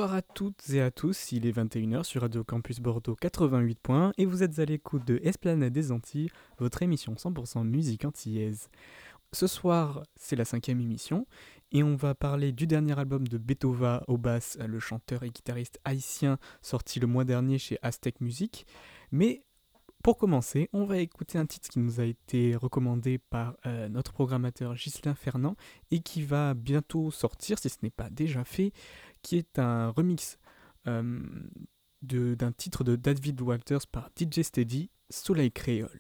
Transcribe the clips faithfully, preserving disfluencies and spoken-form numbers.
Bonsoir à toutes et à tous, il est vingt et une heures sur Radio Campus Bordeaux quatre-vingt-huit points et vous êtes à l'écoute de Esplanade des Antilles, votre émission cent pour cent musique antillaise. Ce soir, c'est la cinquième émission et on va parler du dernier album de Betova au basse, le chanteur et guitariste haïtien sorti le mois dernier chez Aztec Music. Mais pour commencer, on va écouter un titre qui nous a été recommandé par euh, notre programmateur Ghislain Fernand et qui va bientôt sortir, si ce n'est pas déjà fait, qui est un remix euh, de, d'un titre de David Walters par D J Steady, Soleil Créole.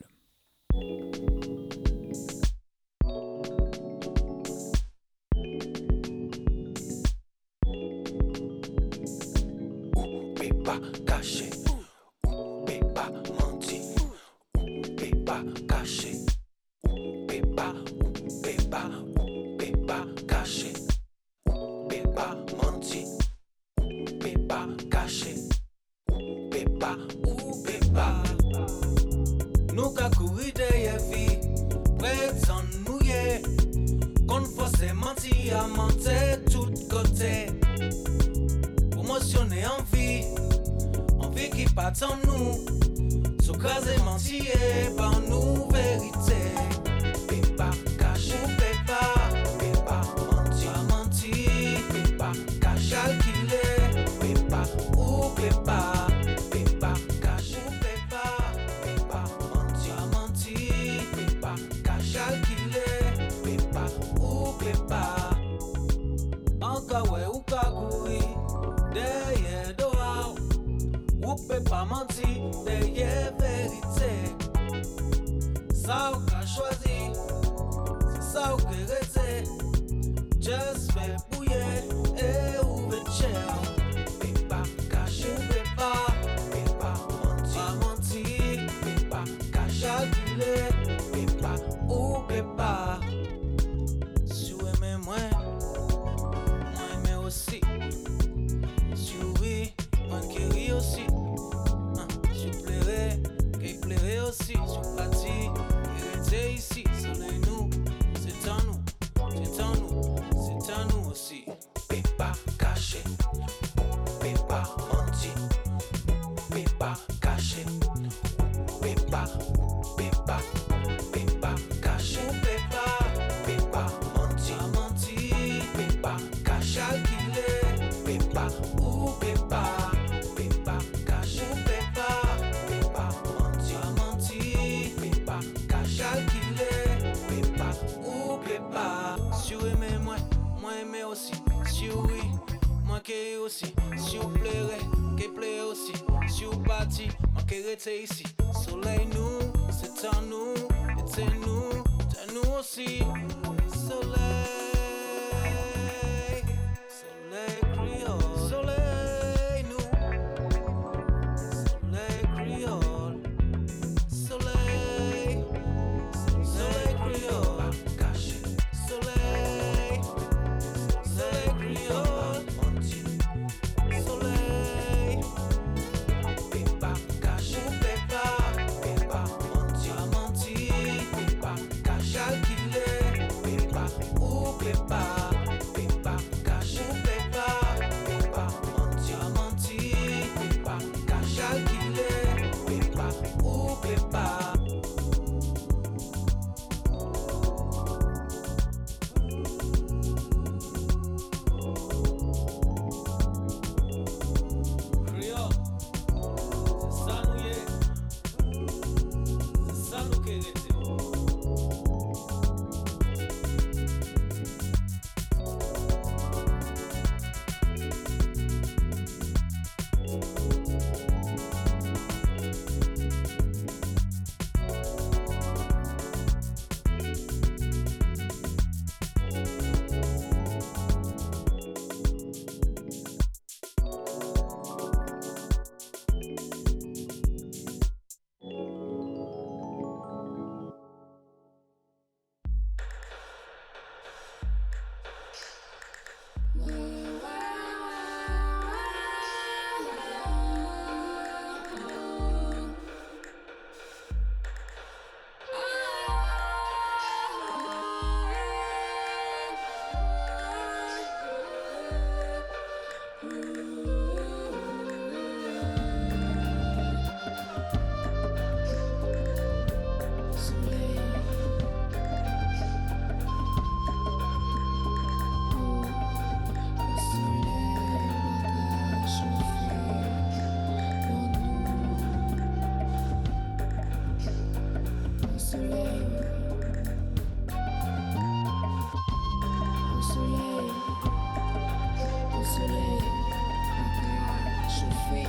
C'est ici, soleil nous, c'est en nous, et c'est nous, c'est nous aussi. Soleil, soleil créole, soleil nous, soleil créole, soleil, soleil créole, caché, soleil, soleil créole, soleil. Calculé, free.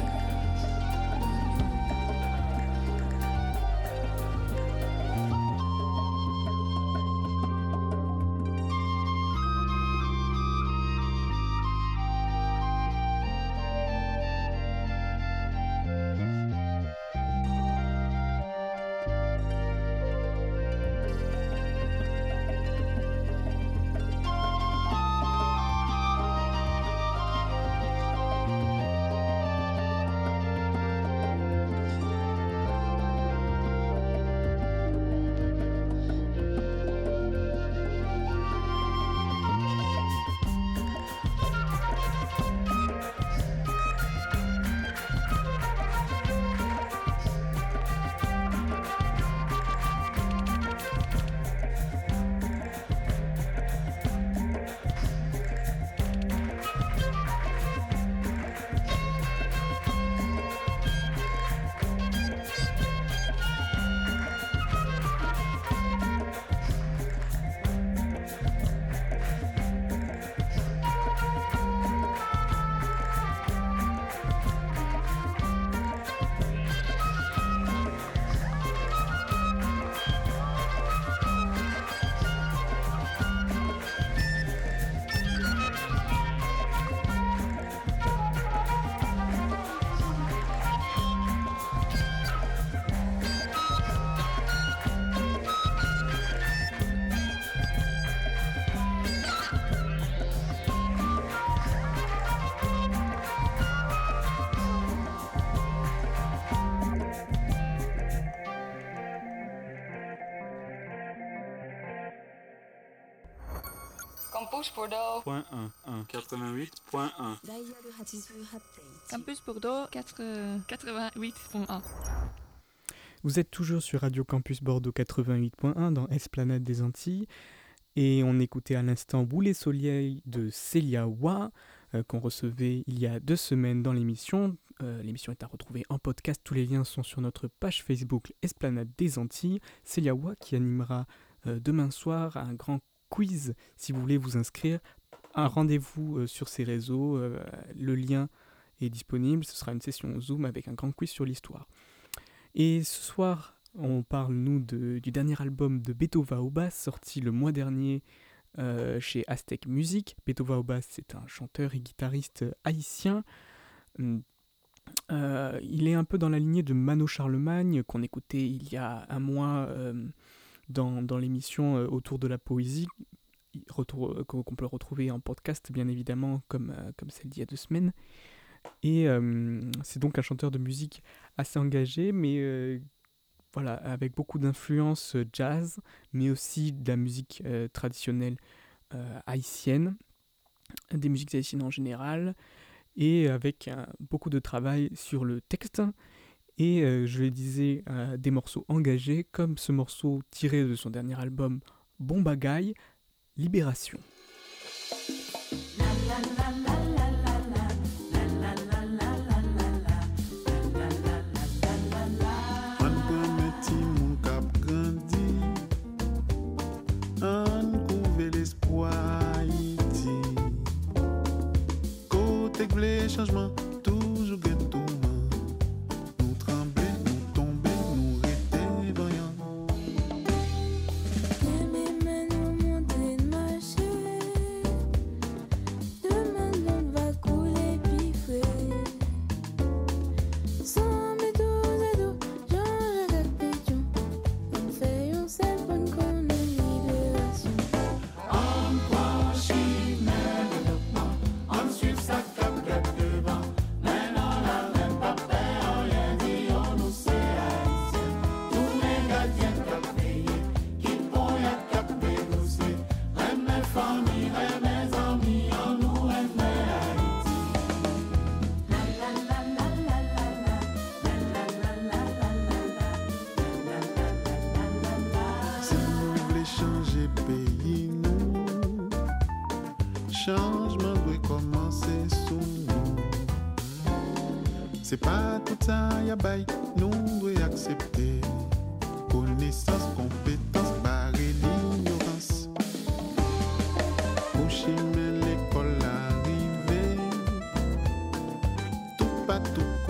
Campus Bordeaux. Point un, un, quatre-vingt-huit point un. Campus Bordeaux quatre-vingt-huit point un. Vous êtes toujours sur Radio Campus Bordeaux quatre-vingt-huit point un dans Esplanade des Antilles et on écoutait à l'instant Boulet Soleil de Célia Wa euh, qu'on recevait il y a deux semaines dans l'émission. Euh, l'émission est à retrouver en podcast, tous les liens sont sur notre page Facebook Esplanade des Antilles. Célia Wa qui animera euh, demain soir un grand quiz si vous voulez vous inscrire. Un rendez-vous euh, sur ses réseaux, euh, le lien est disponible, ce sera une session Zoom avec un grand quiz sur l'histoire. Et ce soir, on parle, nous, de, du dernier album de Beto Vaobas, sorti le mois dernier euh, chez Aztec Music. Beto Vaobas, c'est un chanteur et guitariste haïtien. Euh, il est un peu dans la lignée de Mano Charlemagne, qu'on écoutait il y a un mois euh, dans, dans l'émission euh, Autour de la poésie, retour, qu'on peut retrouver en podcast, bien évidemment, comme, euh, comme celle d'il y a deux semaines. Et euh, c'est donc un chanteur de musique assez engagé, mais euh, voilà, avec beaucoup d'influences jazz, mais aussi de la musique euh, traditionnelle euh, haïtienne, des musiques haïtiennes en général, et avec euh, beaucoup de travail sur le texte. Et euh, je le disais, euh, des morceaux engagés, comme ce morceau tiré de son dernier album Bon Bagaille, Libération. Changement, toujours gain tout monde. Nous trembler, nous tomber, nous rester voyants. Mes mains nous montrent de marcher. Demain, l'on va couler puis frais. Sans mes douze et dos, Jean-Jacques Pétion. On fait un seul bon qu'on ait libération. On croit chimère, développement, on suit ça. Changement doit commencer sous nous. C'est pas tout ça, y'a bail, nous devons accepter. Connaissance, compétence, barrer l'ignorance. Pour chimer l'école arrivée, tout pas tout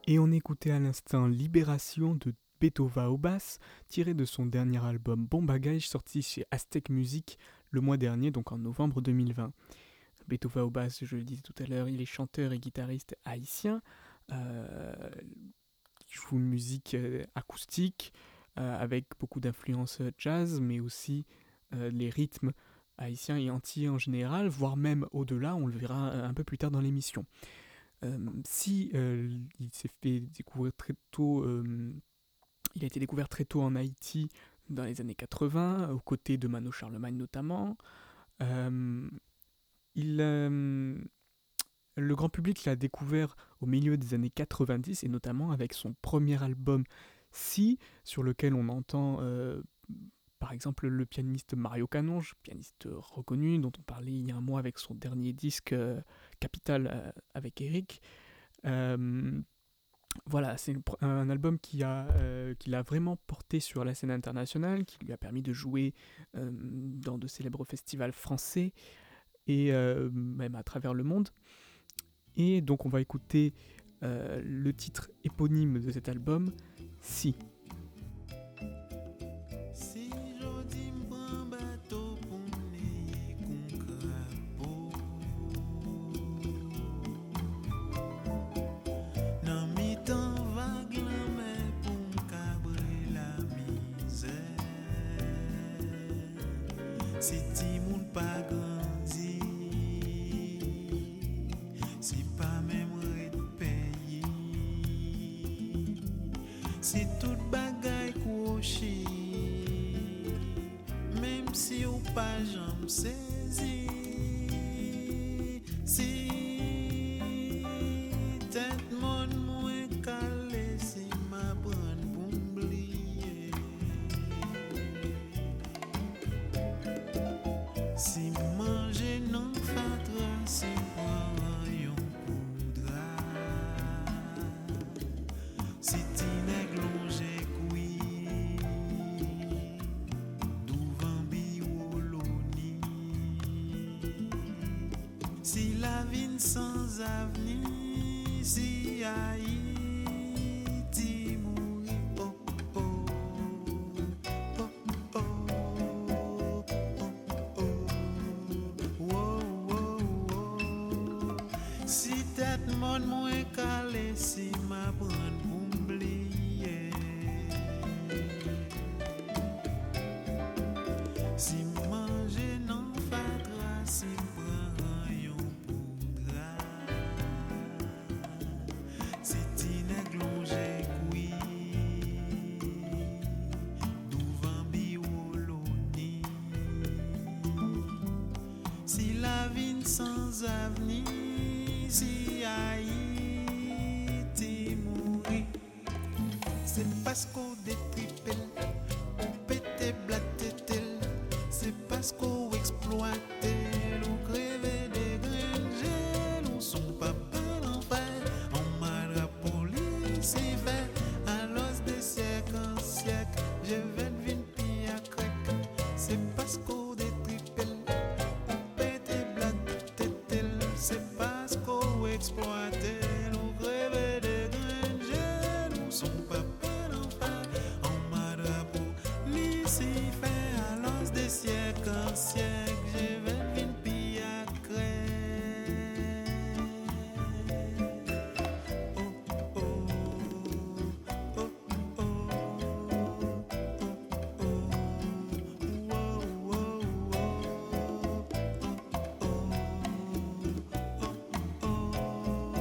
Et on écoutait à l'instant Libération de Beethoven au basse, tiré de son dernier album Bon Bagage, sorti chez Aztec Music le mois dernier, donc en novembre deux mille vingt. Beethoven au basse, je le disais tout à l'heure, il est chanteur et guitariste haïtien, euh, il joue une musique euh, acoustique, euh, avec beaucoup d'influences jazz, mais aussi euh, les rythmes haïtiens et antillais en général, voire même au-delà, on le verra un peu plus tard dans l'émission. Euh, si euh, il s'est fait découvrir très tôt, euh, il a été découvert très tôt en Haïti dans les années quatre-vingts, aux côtés de Mano Charlemagne notamment. Euh, il, euh, le grand public l'a découvert au milieu des années quatre-vingt-dix et notamment avec son premier album Si, sur lequel on entend euh, par exemple le pianiste Mario Canonge, pianiste reconnu dont on parlait il y a un mois avec son dernier disque euh, Capital euh, avec Eric. Euh, voilà, c'est un album qui, a, euh, qui l'a vraiment porté sur la scène internationale, qui lui a permis de jouer euh, dans de célèbres festivals français et euh, même à travers le monde. Et donc on va écouter euh, le titre éponyme de cet album, Si. Si jodi m'prend bateau pour m'neye kon crapaud, nan mi-temps vague la mer pour m'cabrer la misère. Si ti moun pas grandi, si pas même ret payer, si tout bagay couché, même si ou pas j'en saisi, si tête mon moins calé, si ma bonne pour m'oublier, si manger non fatra, si boire yon poudra, si ti nèg longe koui, douvan bioloni, si la vie sans avenir, si Haïti mourit, oh oh, oh oh, oh oh, oh oh, oh. Si tête mon moins calé, si ma bonne pour m'oublier, si manger non fatra, si prend yon poudra, si ti nèg longe koui, douvan bioloni, si la vie sans avenir, si Haïti mourit, c'est parce qu'on détripel, ou pété blaté tel, c'est parce qu'on exploitait, ou crevé des graines, ou son papa l'enfer, en mal la police y fait, à l'os des siècles en siècle, je vais devine pis à crec, c'est parce qu'on détripel, ou pété blaté tel, c'est parce qu'on exploitait, ou crevé des graines, ou son papa l'enfer, en mal la police y fait, à l'os des siècles en siècle, je vais devine pis à crec. Oh oh, oh oh, oh oh, oh oh, oh oh, oh.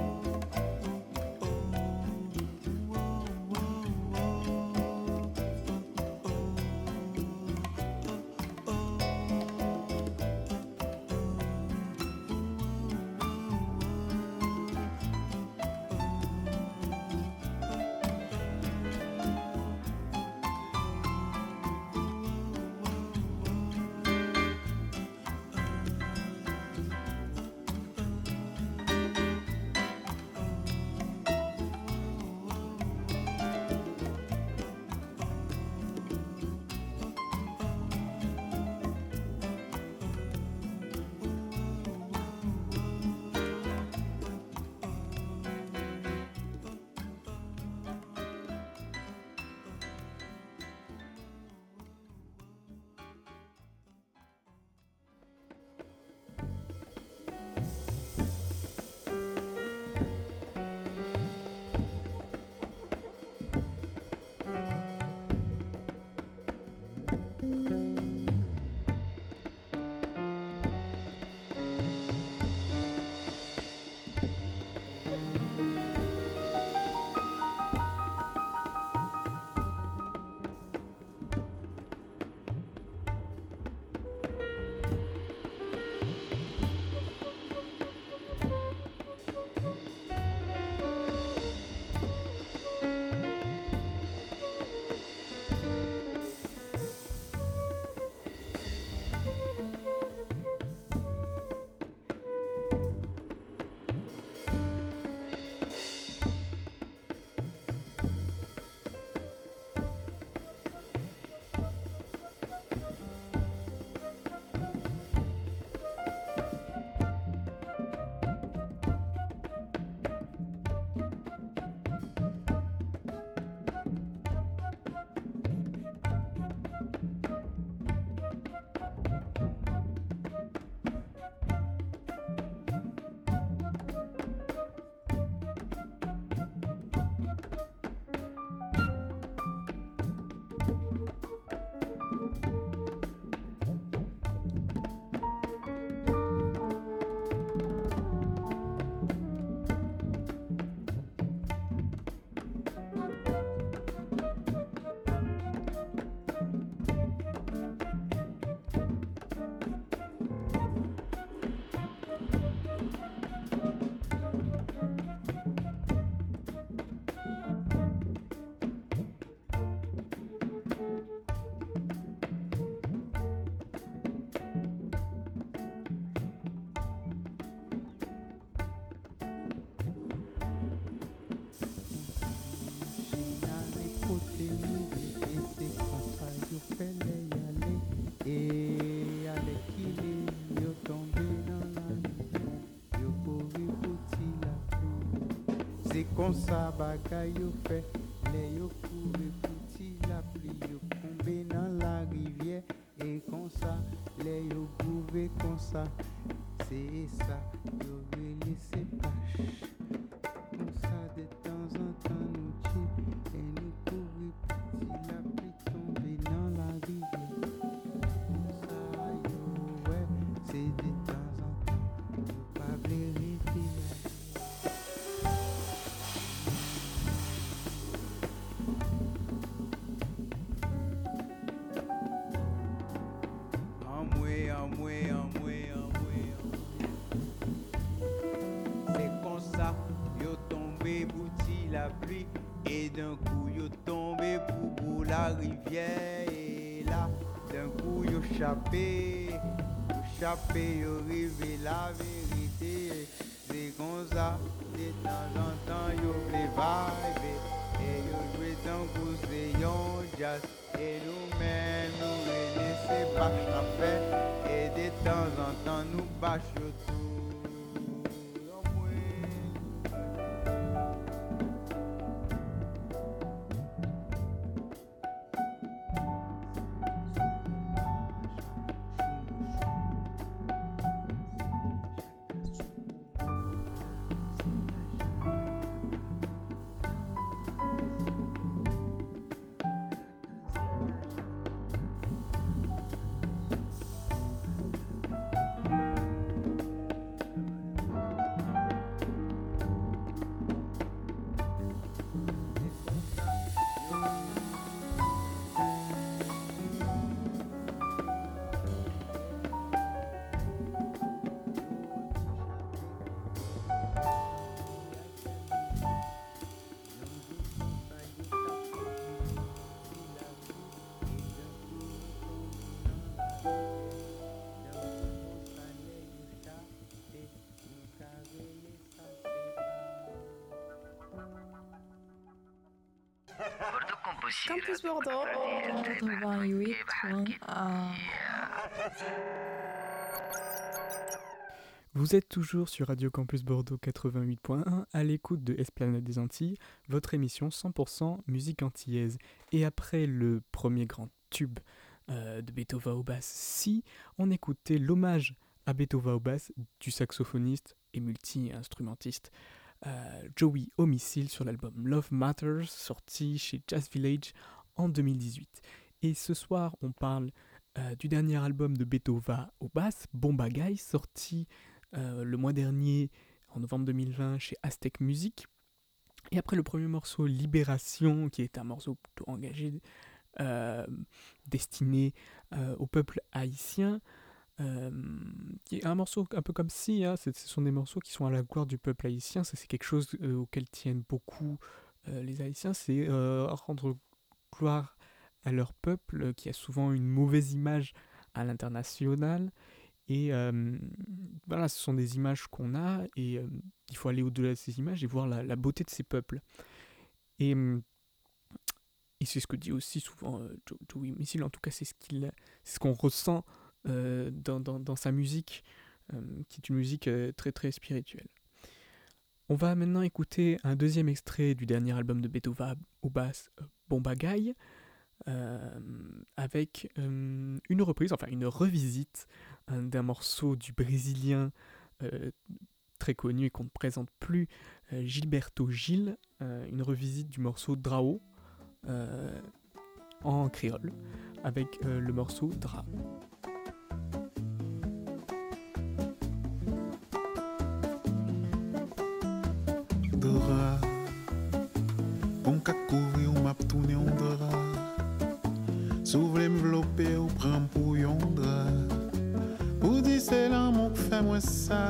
Comme ça bagay yo fait, les yo couvre petit la pluie yo tombé dans la rivière et comme ça les yo couvre comme ça c'est ça yo relé c'est pâche comme ça de temps en temps nous tue et nous couvre petit la pluie tombé dans la rivière comme ça yo ouais c'est de temps en temps yo pas blairer. Et d'un coup yo tombé pour bout la rivière et là d'un coup yo chapé yo chapé yo rivé la vérité c'est comme ça de temps en temps yo play vibe et yo joué d'un coup c'est yon jazz et nous-mêmes nous laisser bâche la fête et de temps en temps nous bâche yo tout. Campus Bordeaux, quatre-vingt-huit point un. Vous êtes toujours sur Radio Campus Bordeaux quatre-vingt-huit point un à l'écoute de Esplanade des Antilles, votre émission cent pour cent musique antillaise. Et après le premier grand tube euh, de Beethoven au basse, si on écoutait l'hommage à Beethoven au basse du saxophoniste et multi-instrumentiste euh, Joey Homicile sur l'album Love Matters, sorti chez Jazz Village en deux mille dix-huit. Et ce soir, on parle euh, du dernier album de Beethoven au basse, Bon Bagaille, sorti euh, le mois dernier, en novembre deux mille vingt, chez Aztec Music. Et après le premier morceau, Libération, qui est un morceau plutôt engagé, euh, destiné euh, au peuple haïtien, Euh, qui est un morceau un peu comme si, hein, ce sont des morceaux qui sont à la gloire du peuple haïtien, ça c'est quelque chose euh, auquel tiennent beaucoup euh, les Haïtiens, c'est euh, rendre gloire à leur peuple qui a souvent une mauvaise image à l'international, et euh, voilà, ce sont des images qu'on a, et euh, il faut aller au-delà de ces images et voir la, la beauté de ces peuples. Et, et c'est ce que dit aussi souvent euh, Joey Homicile, en tout cas c'est ce, qu'il, c'est ce qu'on ressent Euh, dans, dans, dans sa musique, euh, qui est une musique euh, très très spirituelle. On va maintenant écouter un deuxième extrait du dernier album de Beethoven au basse, euh, Bon Bagaille, euh, avec euh, une reprise, enfin une revisite hein, d'un morceau du Brésilien euh, très connu et qu'on ne présente plus, euh, Gilberto Gil, euh, une revisite du morceau Drao euh, en créole, avec euh, le morceau Dra. Dra, bon ka couvrir ou m'a tourné un dra. S'ouvre m'envelopper ou prend pour yon dra. Ou dit c'est l'amour qui fait moi ça.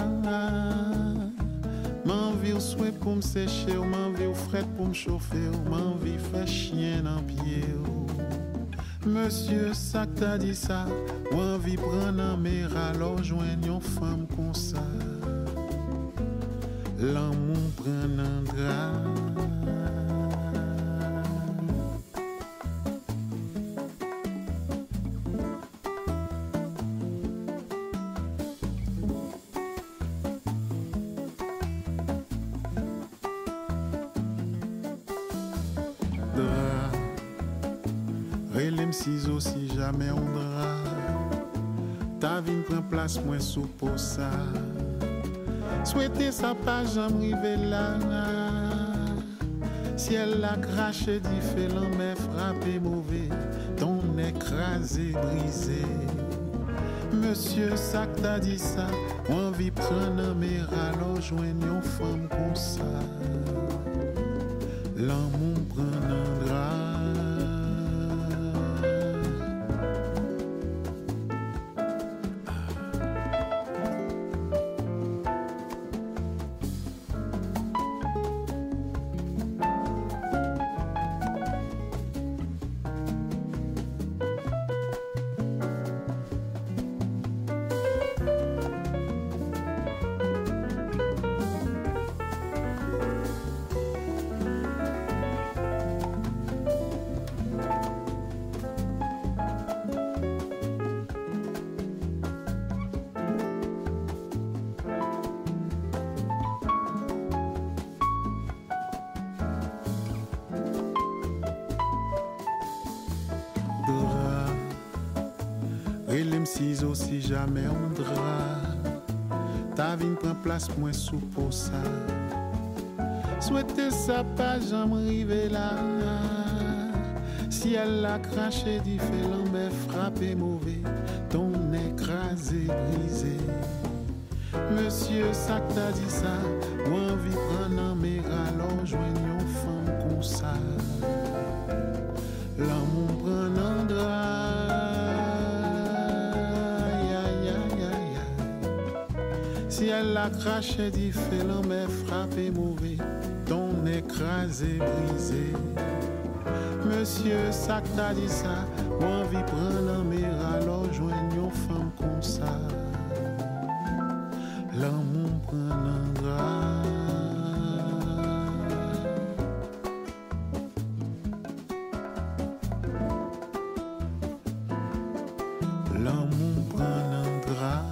M'envie ou souhait pour me sécher, ou m'envie ou fret pour me chauffer, ou m'envie faire chien dans pied. Monsieur ça que t'as dit ça, ou envie prendre un mer alors joindre une femme comme ça. L'amour prend un drap. ciseaux si jamais on dra. Ta vie prend place moins sous pour ça. Souhaiter sa pas jamais rive là. Si elle a craché du félin, mais frappé mauvais, ton écrasé, brisé. Monsieur, ça que t'as dit ça, envie prendre un alors joindre une femme comme ça. L'amour prend un drap. Ciseaux si jamais on dra. Ta vie prend place moins sous pour ça. Souhaiter ça pas jamais rive là. Si elle a craché du félin, mais frappé mauvais, ton écrasé, brisé. Monsieur, ça que t'as dit ça, ou envie prendre un mer alors joignons une femme comme ça. L'amour prend un drap. Si elle a craché du félin, mais frappé mauvais, ton écrasé, brisé. Monsieur, ça que t'as dit ça, ou envie prendre un mer alors joignons une femme comme ça. L'amour prend un drap. L'amour prend un drap.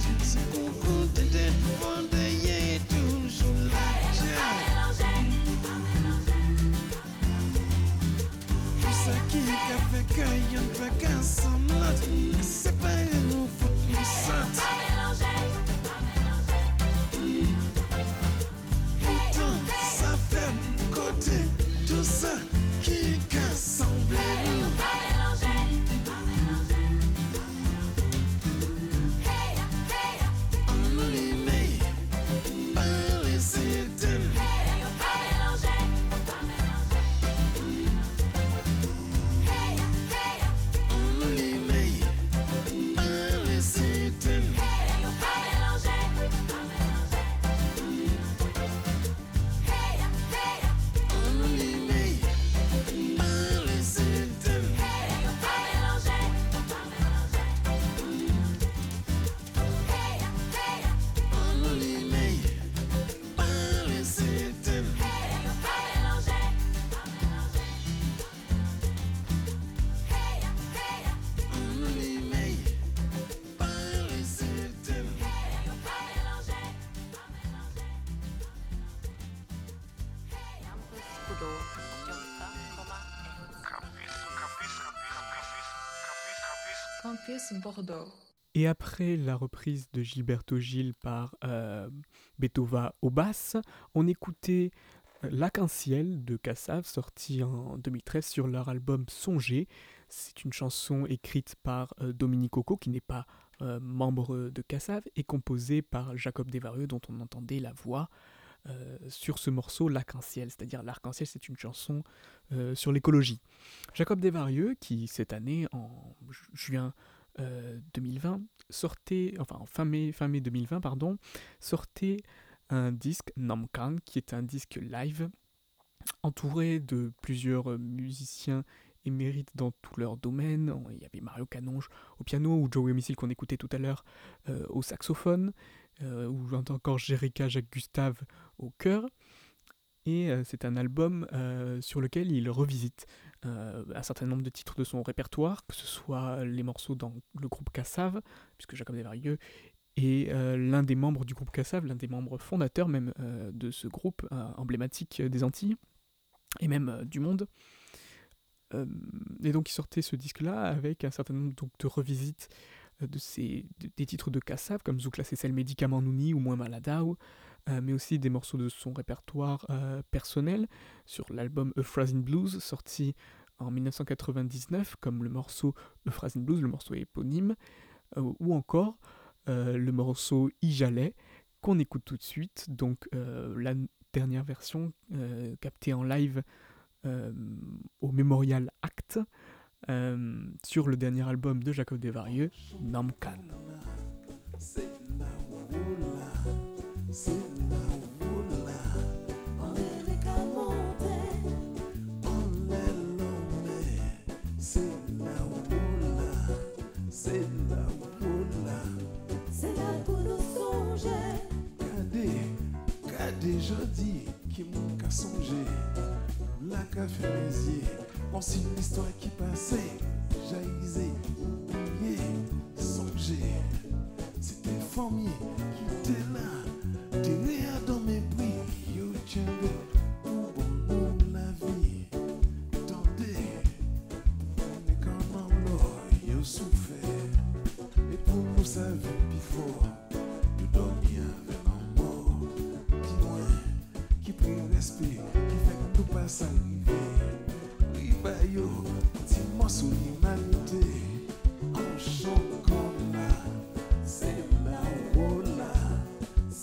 imagine ce qu'on compte de demander, y est toujours là. Tout ça qui a fait qu'il y a pas qu'un sans l'autre, c'est pas nous faut nous sentir. Pourtant, ça fait côté tout ça qui a semblé nous. Campus Bordeaux. Et après la reprise de Gilberto Gil par euh, Betova aux basses, on écoutait Lac en ciel de Kassav, sorti en deux mille treize sur leur album Songer. C'est une chanson écrite par euh, Dominique Coco, qui n'est pas euh, membre de Kassav, et composée par Jacob Desvarieux, dont on entendait la voix euh, sur ce morceau Lac en ciel. C'est-à-dire L'Arc-en-Ciel, c'est une chanson euh, sur l'écologie. Jacob Desvarieux, qui cette année, en ju- juin Euh, deux mille vingt, sortait, enfin en fin mai, fin mai deux mille vingt, pardon, sortait un disque Namkan, qui est un disque live, entouré de plusieurs musiciens émérites dans tous leurs domaines. Il y avait Mario Canonge au piano, ou Joey Missile qu'on écoutait tout à l'heure euh, au saxophone, euh, ou j'entends encore Jerica Jacques Gustave au chœur. Et euh, c'est un album euh, sur lequel il revisite euh, un certain nombre de titres de son répertoire, que ce soit les morceaux dans le groupe Kassav, puisque Jacob Desvarieux est euh, l'un des membres du groupe Kassav, l'un des membres fondateurs même euh, de ce groupe euh, emblématique des Antilles, et même euh, du monde. Euh, et donc il sortait ce disque-là avec un certain nombre donc, de revisites euh, de ces, de, des titres de Kassav, comme Zoukla c'est le médicament Nouni ou Moins Maladao, Euh, mais aussi des morceaux de son répertoire euh, personnel, sur l'album Euphrasin Blues, sorti en dix-neuf cent quatre-vingt-dix-neuf, comme le morceau Euphrasin Blues, le morceau éponyme, euh, ou encore euh, le morceau Ijalais, qu'on écoute tout de suite, donc euh, la n- dernière version euh, captée en live euh, au Memorial Act, euh, sur le dernier album de Jacob Desvarieux, Namkan. C'est là où là, on est les camotés, on est l'homme, c'est là où là, c'est là où là, C'est là pour nous songer. Gardez, gardez jeudi qui m'ont qu'à songer, la café mes yeux, on sait une histoire qui passait, jaillisait, oublié, songer, c'était famille qui était là. Derrière dans mes prix, yo tiendez pour bon pour la vie. Attendez, on est comme en l'or, yo souffert. Et pour nous ça vient plus fort, yo dormir avec un mort. Dis-moi, qui prit respect, qui fait que nous pas s'arriver. Riva yo, dis-moi sur l'humanité, on chante comme là, c'est là où là.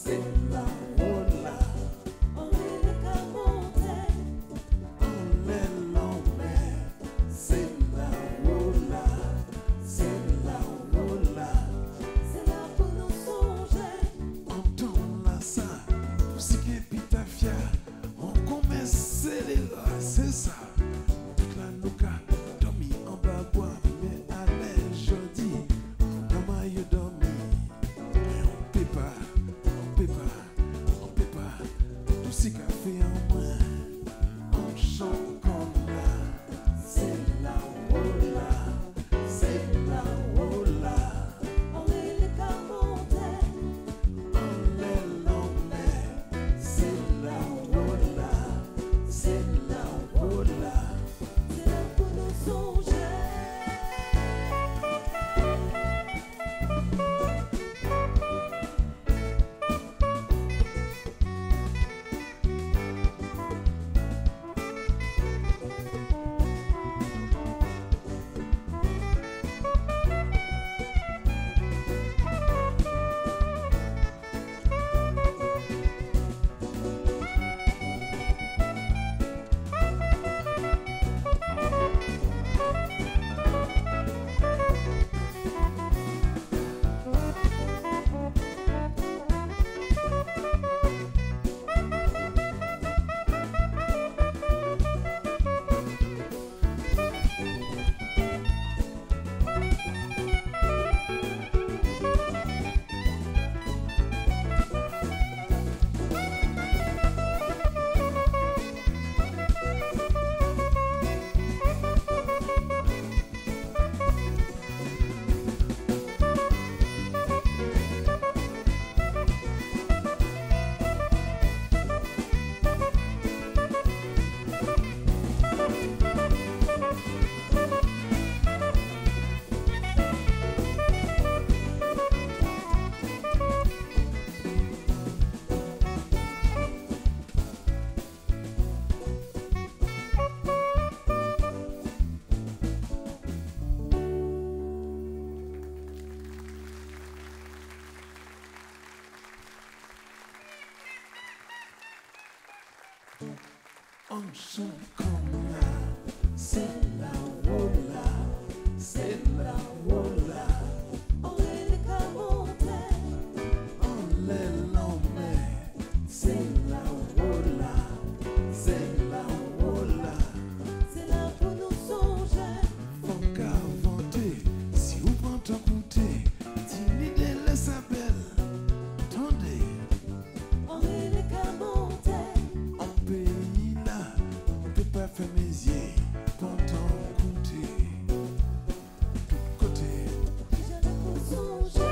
On chante comme là, c'est la wola, c'est la wola. On est les camotés, on les nommé, c'est la wola, c'est la wola. C'est là pour nous songer. Faut qu'inventer, si vous prenez un goûter, timide les sabelles, attendez. On est les camotés, on pays là, on peut pas faire mes yeux, content goûter. Côté, j'avais pour songer.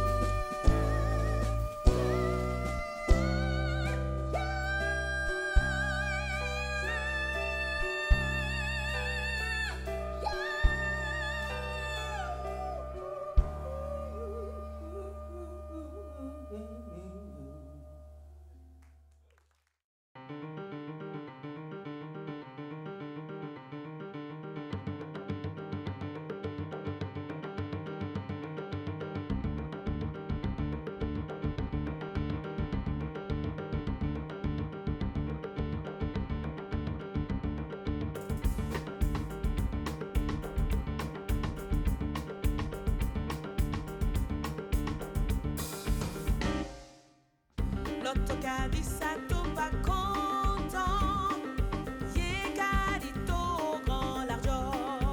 L'autre qu'a dit ça, tout pas content. Yé qu'a dit tout grand l'argent.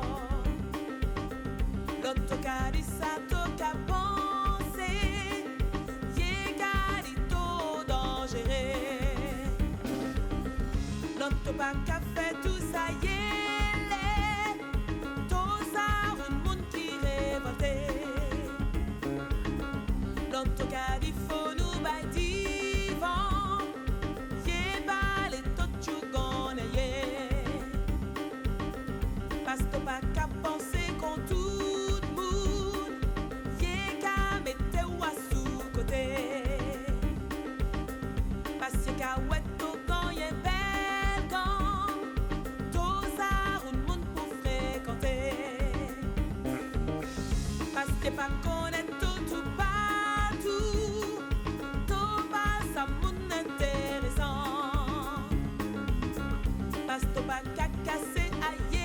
L'autre qu'a dit ça, tout qu'a pensé. Yé qu'a dit tout dangereux. L'autre pas qu'a fait tout ça, yé tout ça, un monde qui révolté. L'autre qu'a dit faut nous bâtir. Pasto pas qu'à penser qu'on tout le monde, yé qu'à mettre ou à sous-côté. Parce qu'à ouette au gant yé bel gant, tout ça un monde pour fréquenter. Parce que pas connaître tout tout partout, tout pas ça monde intéressant. Pasto pas qu'à casser aïe.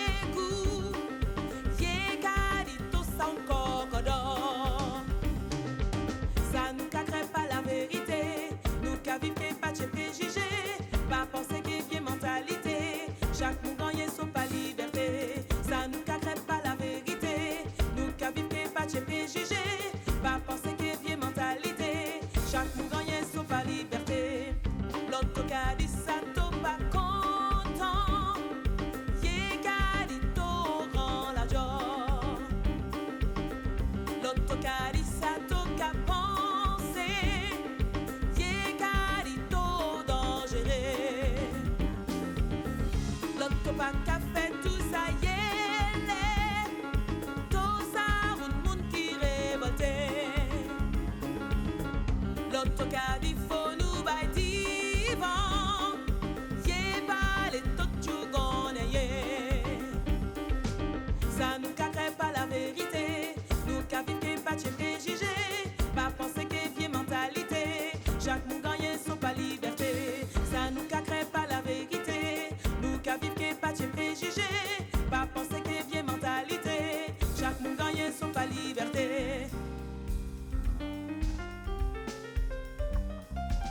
Encore codor. Ça nous crée pas la vérité. Nous qu'à vivre pas de préjugés. Pas penser qu'il y a mentalité. Chaque monde gagne son pas liberté. Ça nous crée pas la vérité. Nous qu'à vivre pas de préjugés. Pas penser qu'il y a mentalité. Chaque monde gagne son pas liberté. L'autre qu'a dit ça, t'as pas content. Yé qu'a dit tout grand la joie. L'autre qu'a dit ça, tout qu'a pensé. Yé qu'a dit tout dangereux. L'autre pas qu'a fait tout ça, yé tout ça, un monde qui révolté. L'autre qu'a dit faut nous bâtir vent. Yé pas les tout tu gagné. Ça nous crée pas la vérité. Nous qu'à vivre pas de préjugés. Pas penser que vieille mentalité. Chaque monde gagne son pas liberté. Ça nous crée pas la vérité. Nous qu'à vivre pas de préjugés. Pas penser que vieille mentalité. Chaque monde gagne son pas liberté.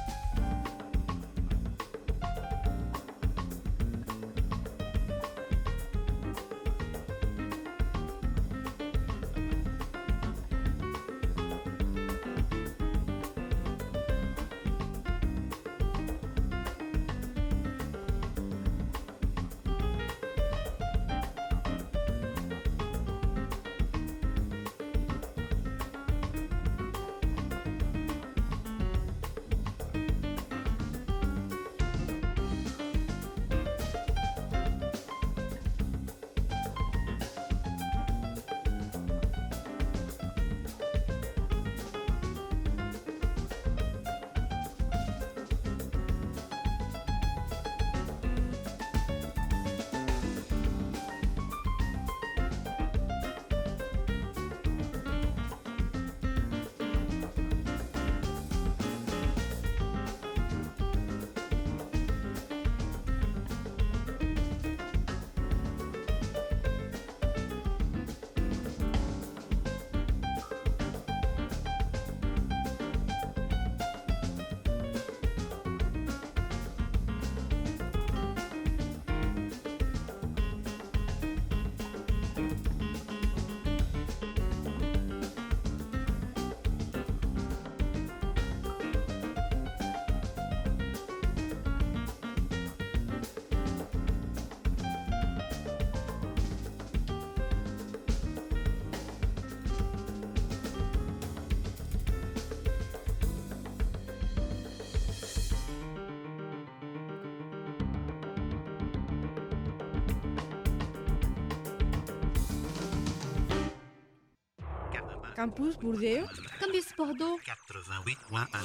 Campus Bordeaux. Campus Bordeaux. quatre-vingt-huit point un.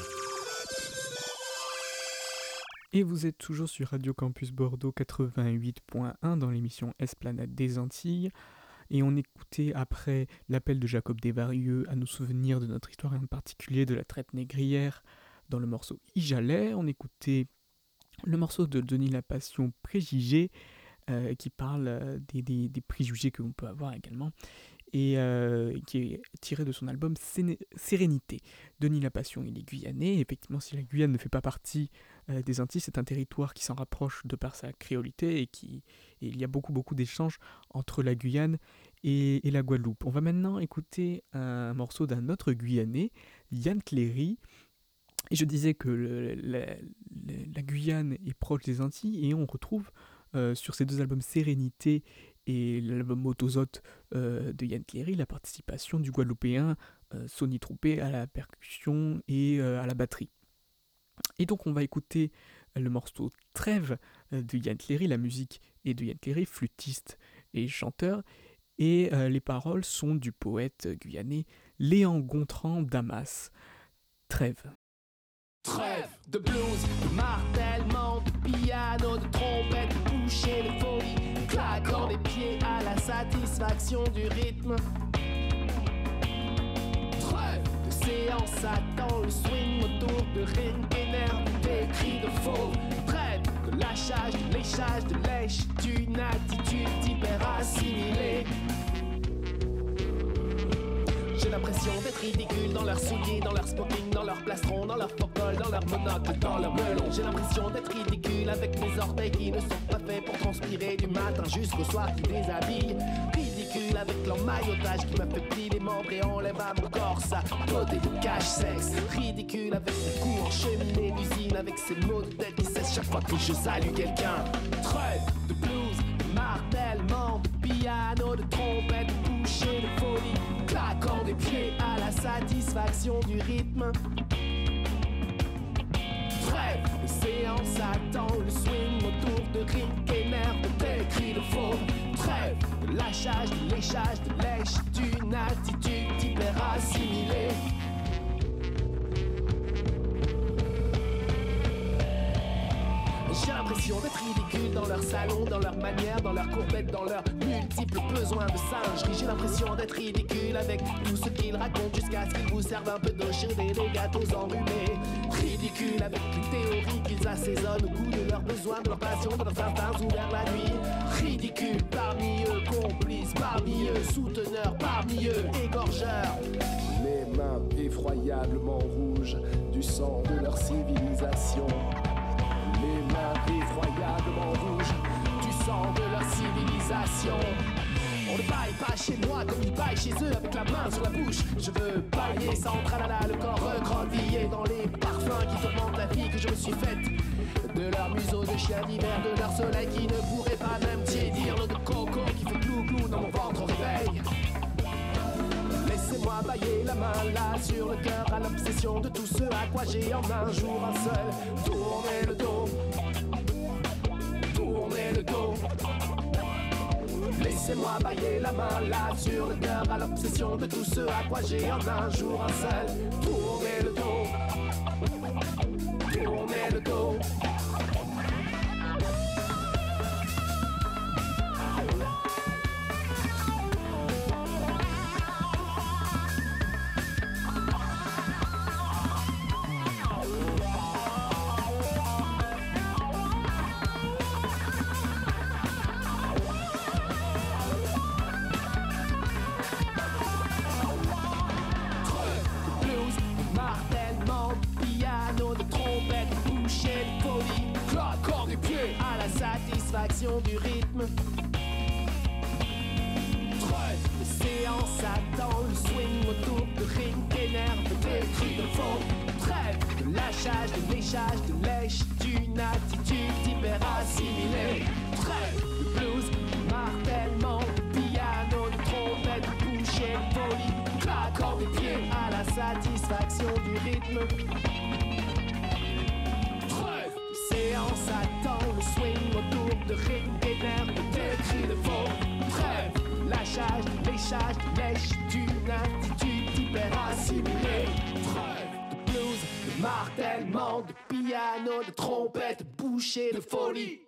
Et vous êtes toujours sur Radio Campus Bordeaux quatre-vingt-huit point un dans l'émission Esplanade des Antilles. Et on écoutait après l'appel de Jacob Desvarieux à nous souvenir de notre histoire et en particulier de la traite négrière dans le morceau Ijalais. On écoutait le morceau de Denis Lapassion Préjugés euh, qui parle euh, des, des, des préjugés que l'on peut avoir également et euh, qui est tiré de son album Séné- Sérénité. Denis Lapassion, il est guyanais. Effectivement, si la Guyane ne fait pas partie euh, des Antilles, c'est un territoire qui s'en rapproche de par sa créolité et, qui, et il y a beaucoup beaucoup d'échanges entre la Guyane et, et la Guadeloupe. On va maintenant écouter un morceau d'un autre Guyanais, Yann Cléry. Et je disais que le, la, la, la Guyane est proche des Antilles et on retrouve euh, sur ces deux albums Sérénité et l'album Motozote euh, de Yann Cléry la participation du Guadeloupéen euh, Sonny Troupé à la percussion et euh, à la batterie. Et donc on va écouter le morceau Trêve euh, de Yann Cléry, la musique est de Yann Cléry, flûtiste et chanteur, et euh, les paroles sont du poète guyanais Léon Gontran Damas. Trêve. Trêve de blues, de martèlement, de piano, de trompette, de boucher, de folie, claquant des pieds à la satisfaction du rythme. Trêve de séance attend le swing autour de rimes énerves, des cris de faux. Trêve de lâchage, de léchage, de lèche, d'une attitude hyper assimilée. J'ai l'impression d'être ridicule dans leurs souliers, dans leur smoking, dans leur plastron, dans leur focole, dans leur monocle, dans leur melon. J'ai l'impression d'être ridicule avec mes orteils qui ne sont pas faits pour transpirer du matin jusqu'au soir qui déshabille. Ridicule avec l'emmaillotage qui m'a fait plier les membres et enlève à mon corps sa beauté de cache-sexe. Ridicule avec mes coups en cheminée d'usine, avec ces mots de tête qui cessent chaque fois que je salue quelqu'un. Trêve de blues, de martèlement, de piano, de trompette, de boucher, de folie, claquant des pieds à la satisfaction du rythme. Trêve de séance attend le swing autour de rimes qu'énerve des cris de faux. Trêve de lâchage, de léchage, de lèche, d'une attitude hyper assimilée. J'ai l'impression d'être ridicule dans leur salon, dans leur manière, dans leur courbette, dans leurs multiples besoins de singerie. J'ai l'impression d'être ridicule avec tout ce qu'ils racontent jusqu'à ce qu'ils vous servent un peu d'eau chaude et des gâteaux enrhumés. Ridicule avec les théories qu'ils assaisonnent au goût de leurs besoins, de leurs passions, de leurs instincts ouverts la nuit. Ridicule parmi eux, complices parmi eux, souteneurs parmi eux, égorgeurs. Les mains effroyablement rouges du sang de leur civilisation. Les mains effroyablement rouges du sang de leur civilisation. On ne baille pas chez moi comme ils baillent chez eux avec la main sur la bouche. Je veux bailler sans tralala, le corps recroquevillé dans les parfums qui tourmentent la vie que je me suis faite. De leur museau de chien d'hiver, de leur soleil qui ne pourrait pas même tiédir, l'eau de coco qui fait clou-clou dans mon ventre au réveil. Laissez-moi bailler la main là sur le cœur à l'obsession de tout ce à quoi j'ai en un jour un seul. Tournez le dos, tournez le dos. Laissez-moi bailler la main là sur le cœur à l'obsession de tout ce à quoi j'ai en un jour un seul. Tournez le dos, tournez le dos. Du rythme. Trêve de séance attend le swing autour de rimes qu'énerve des cris de faux. Trêve de lâchage, de léchage, de lèche, d'une attitude hyper assimilée. Trêve de blues, de martèlement, de piano, de trompette, de boucher, de folie, claquant des pieds à la satisfaction du rythme. Trêve de séance attend le swing autour de rimes énerves, des cris de faux. Trêve, lâchage, léchage, lèche, d'une attitude faire assimiler. Trêve de blues, de martèlement, de piano, de trompette, de boucher, de folie.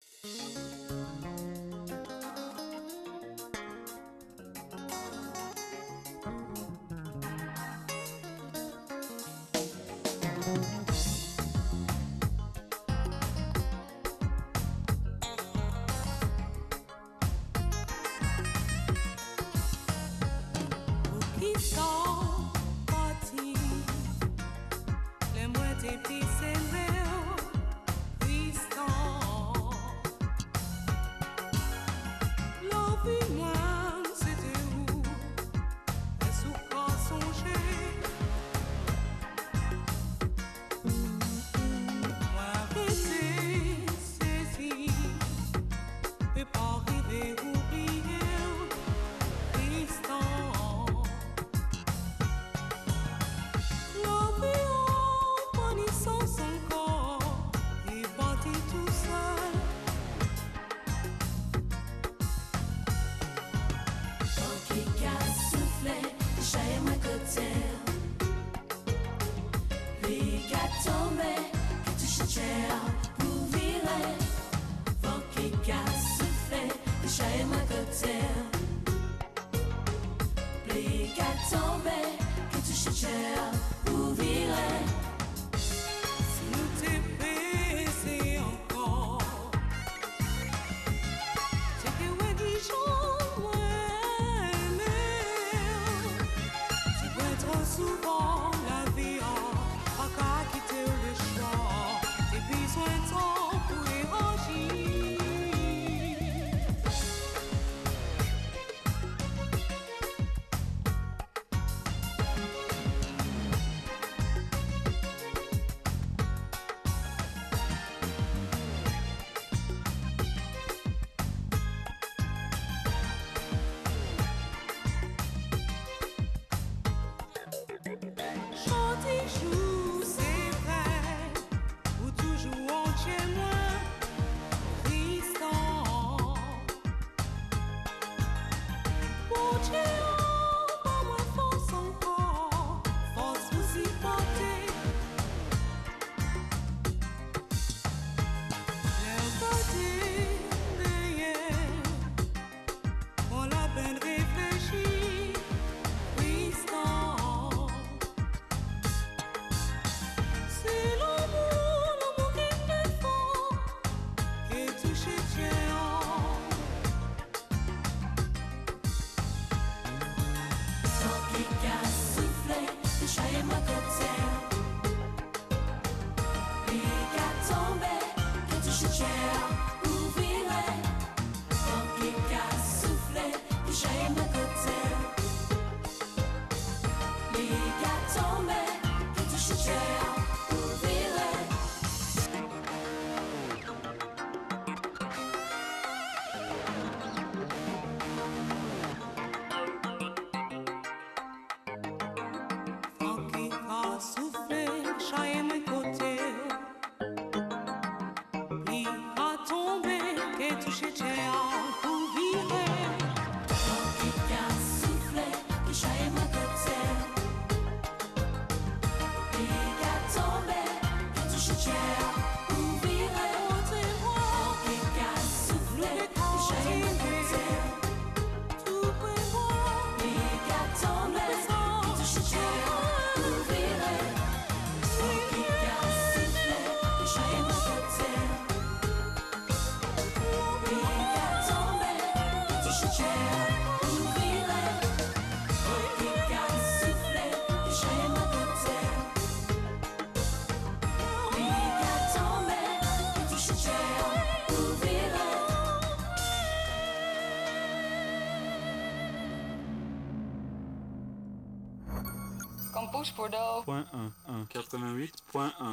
Campus Bordeaux. Point un, un, quatre-vingt-huit point un.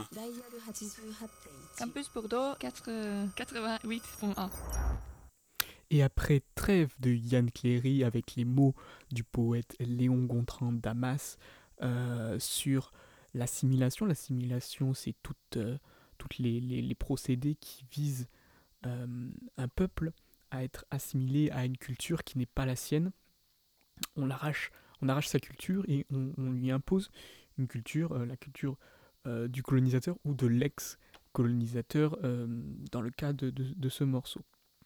Campus Bordeaux quatre-vingt-huit point un. Et après trêve de Yann Cléry avec les mots du poète Léon Gontran Damas euh, sur l'assimilation. L'assimilation, c'est toutes euh, toutes les, les, les procédés qui visent euh, un peuple à être assimilé à une culture qui n'est pas la sienne. On l'arrache on arrache sa culture et on, on lui impose une culture, euh, la culture euh, du colonisateur ou de l'ex-colonisateur euh, dans le cas de, de, de ce morceau.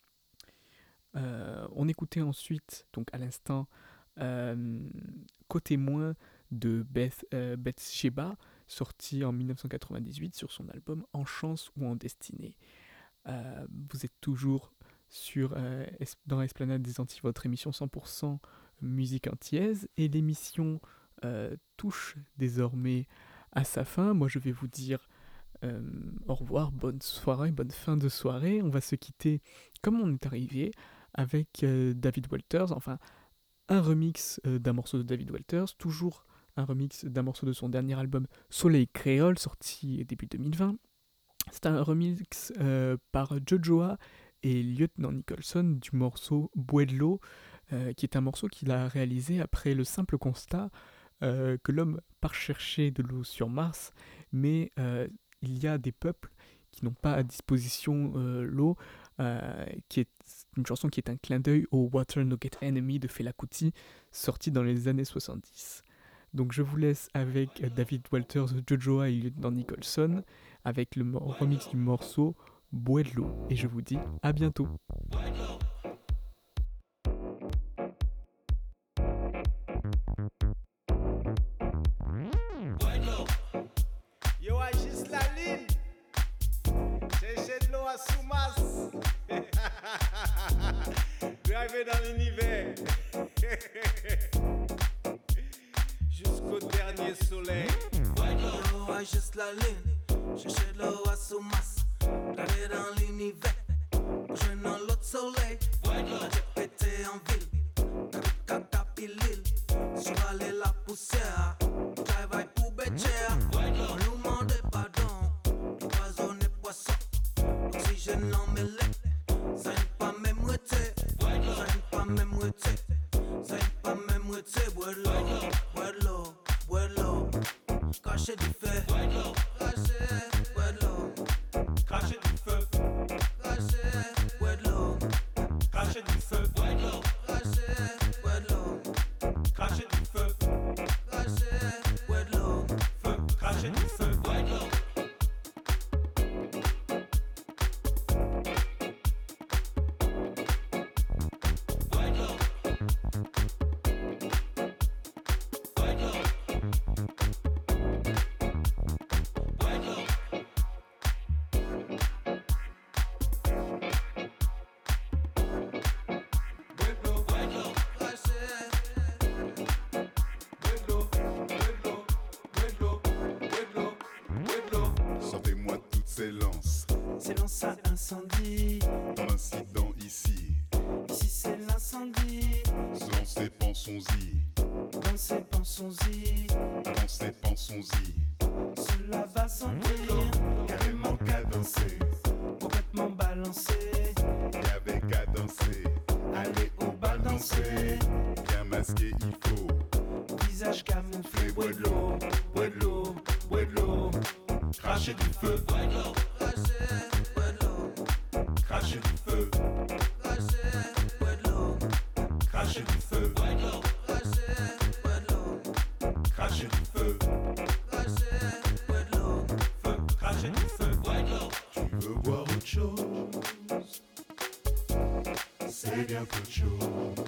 Euh, on écoutait ensuite, donc à l'instant, euh, Côté moins de Beth, euh, Bathsheba, sorti en dix-neuf cent quatre-vingt-dix-huit sur son album En chance ou en destinée. Euh, vous êtes toujours sur, euh, es- dans Esplanade des Antilles, votre émission cent pour cent musique antillaise, et l'émission euh, touche désormais à sa fin. Moi je vais vous dire euh, au revoir, bonne soirée, bonne fin de soirée. On va se quitter comme on est arrivé, avec euh, David Walters, enfin un remix euh, d'un morceau de David Walters, toujours un remix d'un morceau de son dernier album Soleil Créole, sorti début deux mille vingt. C'est un remix euh, par Jojoa et Lieutenant Nicholson du morceau Bouée de l'eau, euh, qui est un morceau qu'il a réalisé après le simple constat euh, que l'homme part chercher de l'eau sur Mars, mais euh, il y a des peuples qui n'ont pas à disposition euh, l'eau, euh, qui est une chanson qui est un clin d'œil au Water No Get Enemy de Fela Kuti, sorti dans les années soixante-dix. Donc je vous laisse avec David Walters, Jojoa et Lieutenant Nicholson, avec le mo- remix du morceau Bouée de l'eau. Et je vous dis à bientôt. Yo, agisse la ligne. Cherchez de l'eau à Soumas. Driver dans l'univers. Jusqu'au dernier soleil. Yo, agisse la ligne. Cherchez de l'eau à Soumas. Driver dans l'univers. Je dans l'autre soleil. J'ai pété en ville. Catapilil. Sur aller la poussière. Travail pour Bécher. On nous demande pardon. L'oiseau n'est poisson. L'oxygène en mêlée. Ça n'est pas même rete. Ça n'est pas même rete. Ça n'est pas même rete. Bois de l'eau. Bois de l'eau. Bois de l'eau. Cracher du feu. Cracher. Bois de l'eau. Cracher du feu. Cracher. Bois de l'eau. Cracher du feu. Cracher. Bois de l'eau. Cracher du feu. Cracher. Bois de l'eau. Feu. Cracher du feu. Sortez-moi toutes ces lances. C'est lance à incendie. Dans l'incident ici. Ici c'est l'incendie. Lancez, pensons-y. Dansez, pensons-y. Avancez, pensons-y. Cela va sentir. Carrément cadencé. Complètement balancé. Y'avait qu'à danser. Allez au bal danser. Bien masqué, il faut. Visage camouflé. Bois de l'eau, bois de l'eau, bois de l'eau. Cracher du feu. Cracher. Bois de l'eau. Cracher du feu. Cracher. Bois de l'eau. Cracher du feu. Cracher. Bois de l'eau. Cracher du feu. Cracher. Bois de l'eau. Feu. Cracher du feu. Tu veux voir autre chose? C'est bien peu de choses.